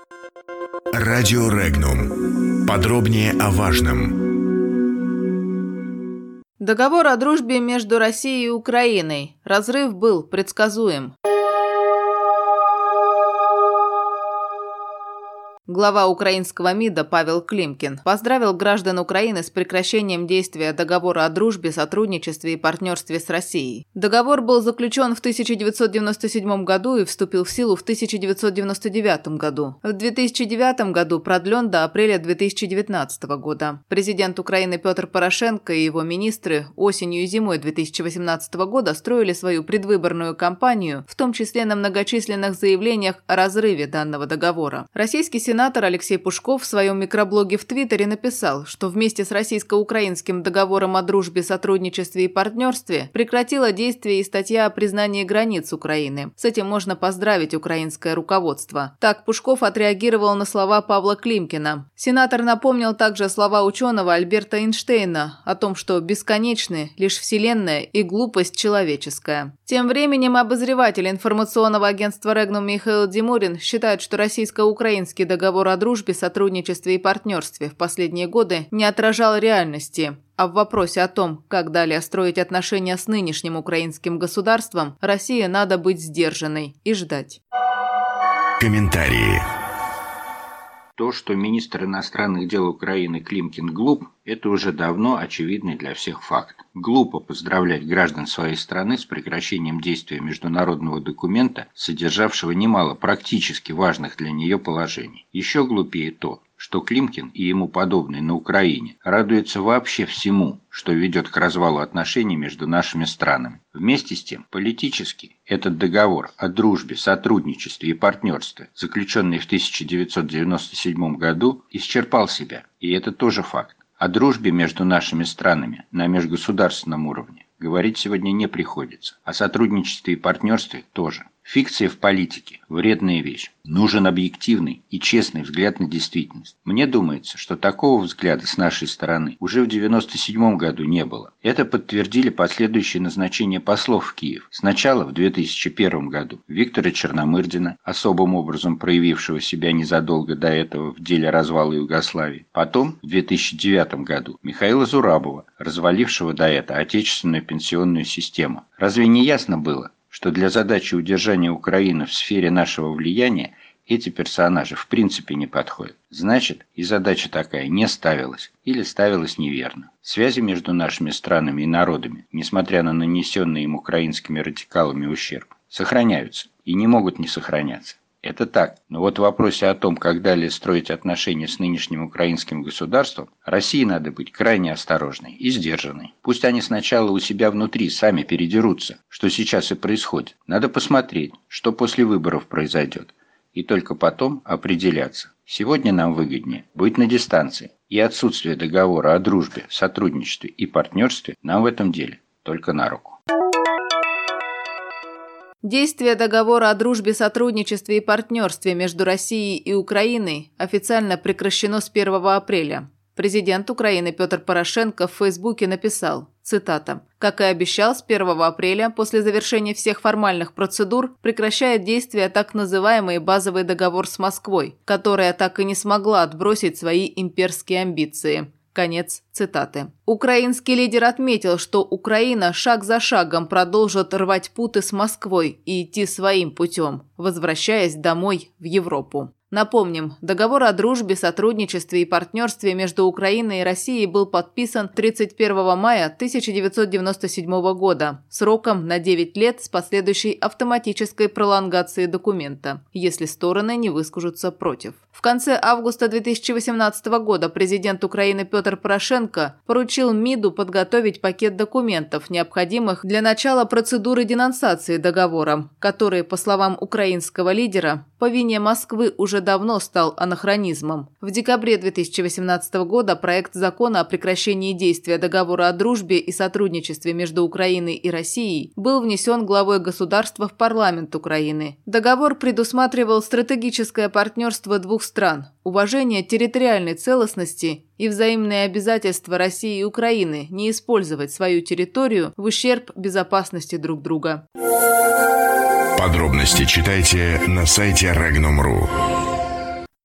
Радио Регнум. Подробнее о важном. Договор о дружбе между Россией и Украиной. Разрыв был предсказуем. Глава украинского МИДа Павел Климкин поздравил граждан Украины с прекращением действия договора о дружбе, сотрудничестве и партнерстве с Россией. Договор был заключен в 1997 году и вступил в силу в 1999 году. В 2009 году продлен до апреля 2019 года. Президент Украины Петр Порошенко и его министры осенью и зимой 2018 года строили свою предвыборную кампанию, в том числе на многочисленных заявлениях о разрыве данного договора. Российский сенатор Алексей Пушков в своем микроблоге в Твиттере написал, что вместе с российско-украинским договором о дружбе, сотрудничестве и партнерстве прекратила действие и статья о признании границ Украины. С этим можно поздравить украинское руководство. Так Пушков отреагировал на слова Павла Климкина. Сенатор напомнил также слова ученого Альберта Эйнштейна о том, что бесконечны лишь Вселенная и глупость человеческая. Тем временем обозреватель информационного агентства Регнум Михаил Димурин считает, что российско-украинский договор о дружбе, сотрудничестве и партнерстве в последние годы не отражал реальности. А в вопросе о том, как далее строить отношения с нынешним украинским государством, России надо быть сдержанной и ждать. Комментарии. То, что министр иностранных дел Украины Климкин глуп, это уже давно очевидный для всех факт. Глупо поздравлять граждан своей страны с прекращением действия международного документа, содержавшего немало практически важных для нее положений. Еще глупее то, что Климкин и ему подобные на Украине радуются вообще всему, что ведет к развалу отношений между нашими странами. Вместе с тем, политически, этот договор о дружбе, сотрудничестве и партнерстве, заключенный в 1997 году, исчерпал себя, и это тоже факт. О дружбе между нашими странами на межгосударственном уровне говорить сегодня не приходится. О сотрудничестве и партнерстве тоже. Фикция в политике – вредная вещь. Нужен объективный и честный взгляд на действительность. Мне думается, что такого взгляда с нашей стороны уже в 1997 году не было. Это подтвердили последующие назначения послов в Киев. Сначала в 2001 году Виктора Черномырдина, особым образом проявившего себя незадолго до этого в деле развала Югославии. Потом в 2009 году Михаила Зурабова, развалившего до этого отечественную пенсионную систему. Разве не ясно было, что для задачи удержания Украины в сфере нашего влияния эти персонажи в принципе не подходят? Значит, и задача такая не ставилась или ставилась неверно. Связи между нашими странами и народами, несмотря на нанесенный им украинскими радикалами ущерб, сохраняются и не могут не сохраняться. Это так, но вот в вопросе о том, как далее строить отношения с нынешним украинским государством, России надо быть крайне осторожной и сдержанной. Пусть они сначала у себя внутри сами передерутся, что сейчас и происходит. Надо посмотреть, что после выборов произойдет, и только потом определяться. Сегодня нам выгоднее быть на дистанции, и отсутствие договора о дружбе, сотрудничестве и партнерстве нам в этом деле только на руку. Действие договора о дружбе, сотрудничестве и партнерстве между Россией и Украиной официально прекращено с 1 апреля. Президент Украины Петр Порошенко в Фейсбуке написал, цитата, «Как и обещал, с 1 апреля, после завершения всех формальных процедур, прекращает действие так называемый базовый договор с Москвой, которая так и не смогла отбросить свои имперские амбиции». Конец цитаты. Украинский лидер отметил, что Украина шаг за шагом продолжит рвать путы с Москвой и идти своим путем, возвращаясь домой в Европу. Напомним, договор о дружбе, сотрудничестве и партнерстве между Украиной и Россией был подписан 31 мая 1997 года, сроком на 9 лет с последующей автоматической пролонгацией документа, если стороны не выскажутся против. В конце августа 2018 года президент Украины Петр Порошенко поручил МИДу подготовить пакет документов, необходимых для начала процедуры денонсации договора, который, по словам украинского лидера, по вине Москвы уже давно стал анахронизмом. В декабре 2018 года проект закона о прекращении действия договора о дружбе и сотрудничестве между Украиной и Россией был внесен главой государства в парламент Украины. Договор предусматривал стратегическое партнерство двух стран, уважение территориальной целостности и взаимные обязательства России и Украины не использовать свою территорию в ущерб безопасности друг друга. Подробности читайте на сайте Regnum.ru.